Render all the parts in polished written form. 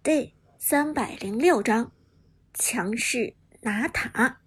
第306章强势拿塔。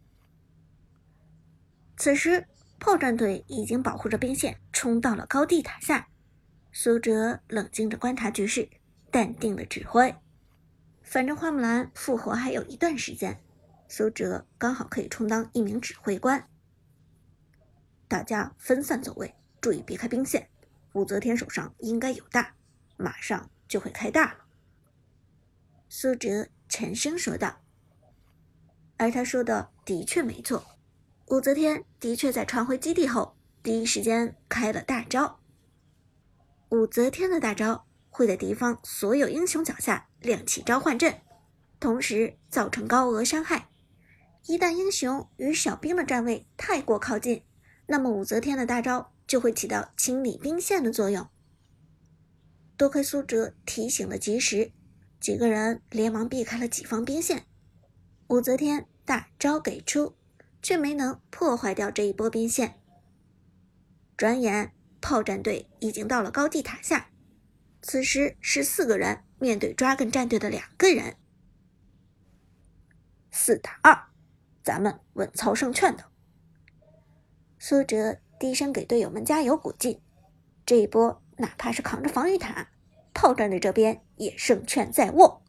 此时炮战队已经保护着兵线冲到了高地塔下，苏哲冷静着观察局势，淡定的指挥。反正花木兰复活还有一段时间，苏哲刚好可以充当一名指挥官。大家分散走位，注意避开兵线，武则天手上应该有大，马上就会开大了。苏哲沉声说道。而他说的的确没错，武则天的确在传回基地后第一时间开了大招。武则天的大招会在敌方所有英雄脚下亮起召唤阵，同时造成高额伤害。一旦英雄与小兵的站位太过靠近，那么武则天的大招就会起到清理兵线的作用。多亏苏哲提醒的及时，几个人连忙避开了己方兵线。武则天大招给出，却没能破坏掉这一波兵线。转眼炮战队已经到了高地塔下，此时是4个人面对 Dragon 战队的2个人。4打2，咱们稳操胜券的。苏哲低声给队友们加油鼓劲，这一波哪怕是扛着防御塔，炮战队这边也胜券在握。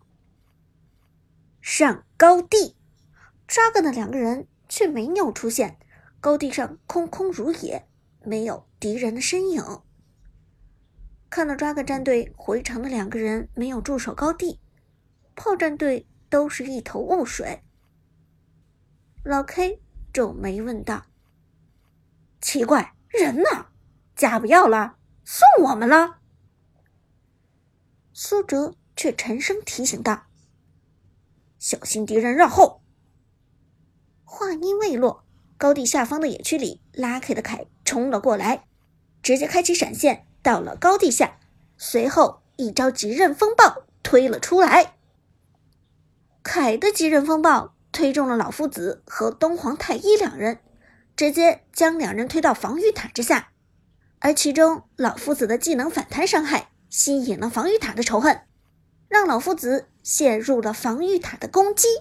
上高地 Dragon 的2个人却没有出现，高地上空空如也，没有敌人的身影。看到 Dragon 战队回城的2个人没有驻守高地，炮战队都是一头雾水。老 K 皱眉问道：奇怪，人呢？家不要了？送我们了？苏哲却沉声提醒道：小心敌人绕后。话音未落，高地下方的野区里，Lucky 的凯冲了过来，直接开启闪现到了高地下，随后一招极刃风暴推了出来。凯的极刃风暴推中了老夫子和东皇太一2人，直接将2人推到防御塔之下，而其中老夫子的技能反弹伤害吸引了防御塔的仇恨，让老夫子陷入了防御塔的攻击。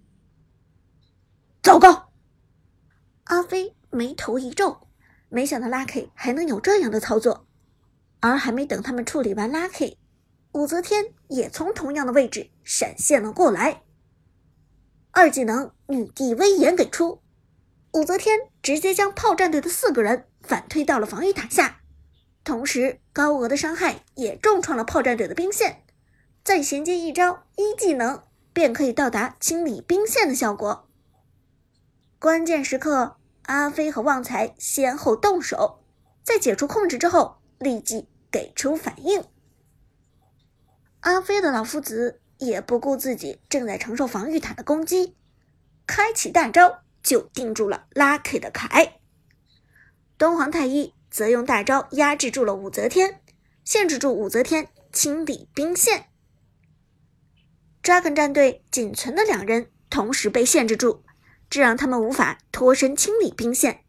糟糕！阿飞眉头一皱，没想到 Lucky 还能有这样的操作。而还没等他们处理完 Lucky， 武则天也从同样的位置闪现了过来。2技能女帝威严给出，武则天直接将炮战队的4个人反推到了防御塔下，同时高额的伤害也重创了炮战队的兵线，再衔接一招1技能便可以到达清理兵线的效果。关键时刻，阿飞和旺财先后动手，在解除控制之后立即给出反应。阿飞的老夫子也不顾自己正在承受防御塔的攻击，开启大招就定住了 Lucky 的凯。东皇太一则用大招压制住了武则天，限制住武则天清理兵线。Dragon 战队仅存的2人同时被限制住，这让他们无法脱身清理兵线。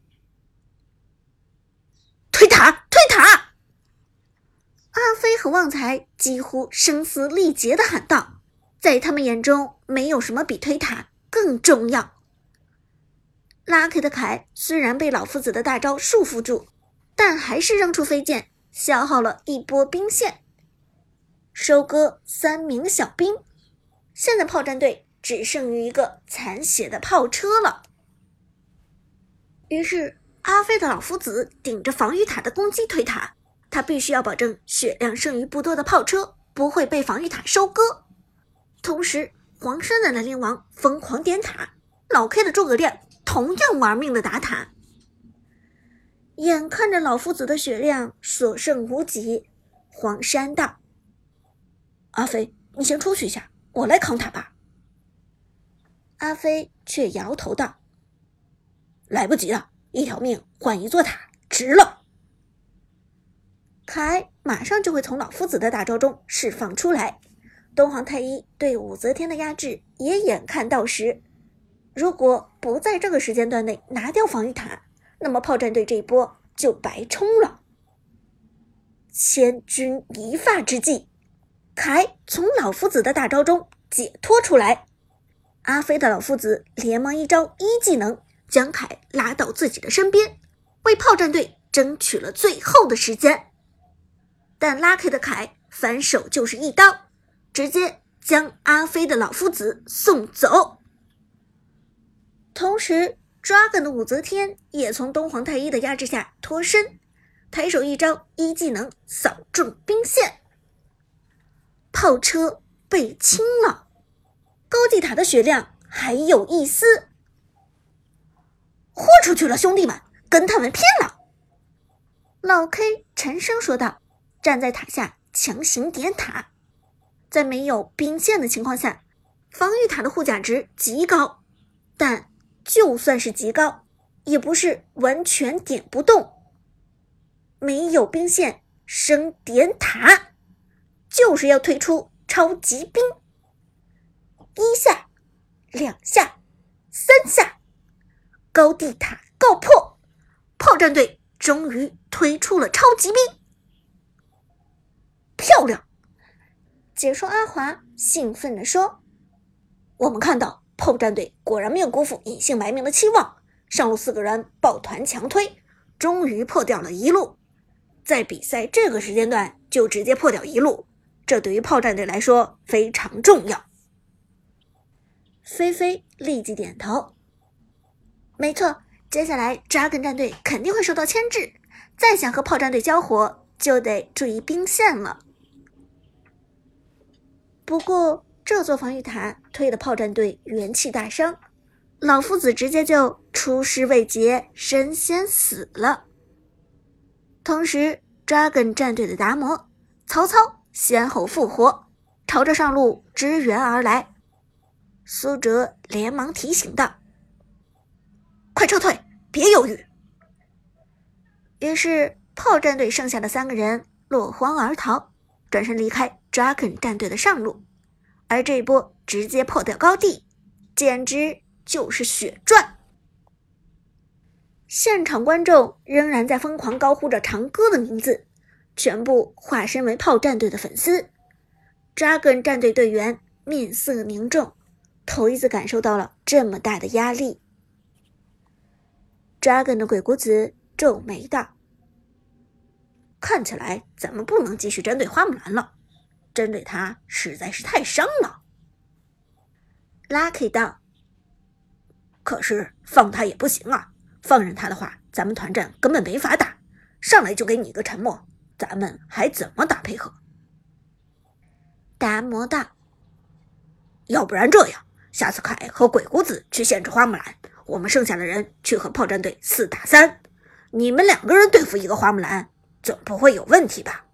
推塔！推塔！阿飞和旺财几乎声嘶力竭地喊道，在他们眼中没有什么比推塔更重要。Lucky 的凯虽然被老夫子的大招束缚住，但还是扔出飞剑，消耗了一波兵线，收割3名小兵。现在炮战队只剩余一个残血的炮车了。于是阿飞的老夫子顶着防御塔的攻击推塔，他必须要保证血量剩余不多的炮车不会被防御塔收割。同时黄山的兰陵王疯狂点塔，老 K 的诸葛亮同样玩命的打塔。眼看着老夫子的血量所剩无几，黄山道：阿飞，你先出去一下，我来扛塔吧。阿飞却摇头道：来不及了，一条命换一座塔，值了。凯马上就会从老夫子的大招中释放出来，东皇太一对武则天的压制也眼看到时，如果不在这个时间段内拿掉防御塔，那么炮战队这一波就白冲了。千钧一发之际，凯从老夫子的大招中解脱出来。阿飞的老夫子连忙一招一技能，将凯拉到自己的身边，为炮战队争取了最后的时间。但拉开的凯反手就是一刀，直接将阿飞的老夫子送走。同时 Dragon 的武则天也从东皇太一的压制下脱身，抬手一招一技能扫中兵线，炮车被清了，高地塔的血量还有一丝。豁出去了，兄弟们，跟他们拼了！老 K 沉声说道，站在塔下强行点塔。在没有兵线的情况下，防御塔的护甲值极高，但就算是极高，也不是完全点不动。没有兵线升点塔，就是要推出超级兵。1下2下3下，高地塔告破，炮战队终于推出了超级兵。漂亮！解说阿华兴奋地说，我们看到炮战队果然没有辜负隐姓埋名的期望，上路4个人抱团强推，终于破掉了一路。在比赛这个时间段就直接破掉一路，这对于炮战队来说非常重要。菲菲立即点头，没错，接下来 Dragon 战队肯定会受到牵制，再想和炮战队交火就得注意兵线了。不过这座防御塔推的炮战队元气大伤，老夫子直接就出师未捷身先死了。同时 Dragon 战队的达摩、曹操先后复活，朝着上路支援而来。苏哲连忙提醒道，快撤退，别犹豫。于是炮战队剩下的3个人落荒而逃，转身离开 Dragon 战队的上路，而这一波直接破掉高地，简直就是血赚。现场观众仍然在疯狂高呼着长歌的名字，全部化身为炮战队的粉丝。Dragon 战队队员面色凝重，头一次感受到了这么大的压力。Dragon 的鬼谷子皱眉道，看起来咱们不能继续针对花木兰了，针对他实在是太伤了。Lucky 道，可是放他也不行啊，放任他的话，咱们团战根本没法打，上来就给你一个沉默，咱们还怎么打配合？达摩道，要不然这样，下次凯和鬼谷子去限制花木兰，我们剩下的人去和炮战队4打3，你们2个人对付一个花木兰，总不会有问题吧？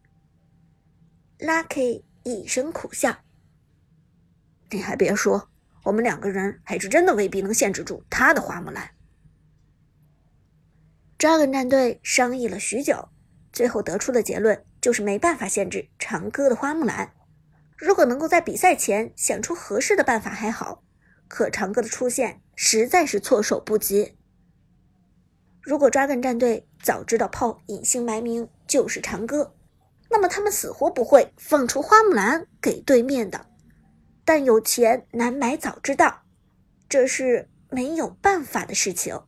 Lucky 一声苦笑，你还别说，我们2个人还是真的未必能限制住他的花木兰。Dragon 战队商议了许久，最后得出的结论就是没办法限制长歌的花木兰。如果能够在比赛前想出合适的办法还好，可长歌的出现实在是措手不及。如果 Dragon 战队早知道炮隐姓埋名就是长歌，那么他们死活不会放出花木兰给对面的。但有钱难买早知道，这是没有办法的事情。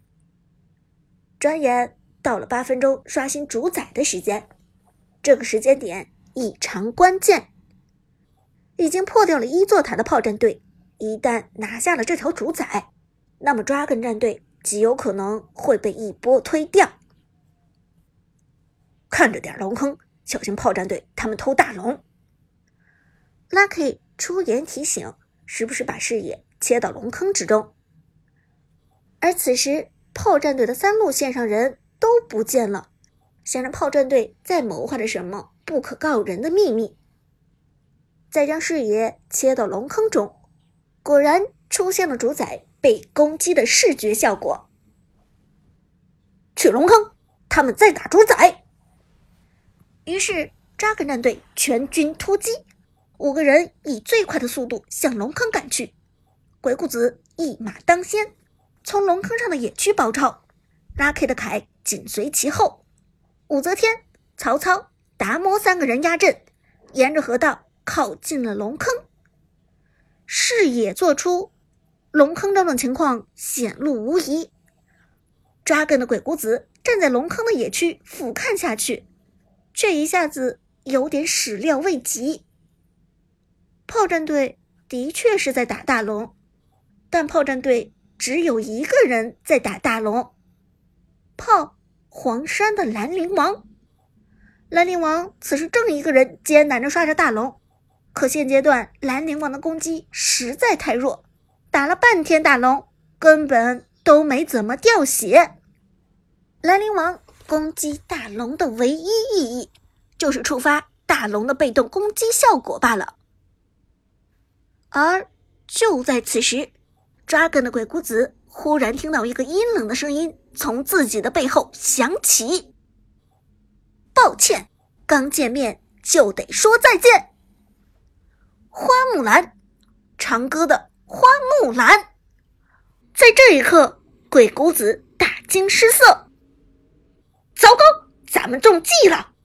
转眼到了8分钟刷新主宰的时间，这个时间点异常关键。已经破掉了1座塔的炮战队，一旦拿下了这条主宰，那么 Dragon 战队极有可能会被一波推掉。看着点龙坑，小心炮战队他们偷大龙。Lucky 出言提醒，时不时把视野切到龙坑之中。而此时炮战队的3路线上人都不见了，显然炮战队在谋划着什么不可告人的秘密。再将视野切到龙坑中，果然出现了主宰被攻击的视觉效果。去龙坑，他们在打主宰。于是 Dragon 战队全军突击，5个人以最快的速度向龙坑赶去。鬼谷子一马当先，从龙坑上的野区包抄，拉 K 的凯紧随其后。武则天、曹操、达摩3个人压阵，沿着河道靠近了龙坑。 视野做出，龙坑中的情况显露无遗。扎根的鬼谷子站在龙坑的野区俯瞰下去，却一下子有点始料未及。炮战队的确是在打大龙，但炮战队只有一个人在打大龙，黄山的兰陵王。兰陵王此时正一个人艰难地刷着大龙，可现阶段兰陵王的攻击实在太弱，打了半天大龙根本都没怎么掉血。兰陵王攻击大龙的唯一意义就是触发大龙的被动攻击效果罢了。而就在此时，扎根的鬼谷子忽然听到一个阴冷的声音从自己的背后响起：抱歉，刚见面就得说再见。花木兰，长歌的花木兰。在这一刻，鬼谷子大惊失色，糟糕，咱们中计了。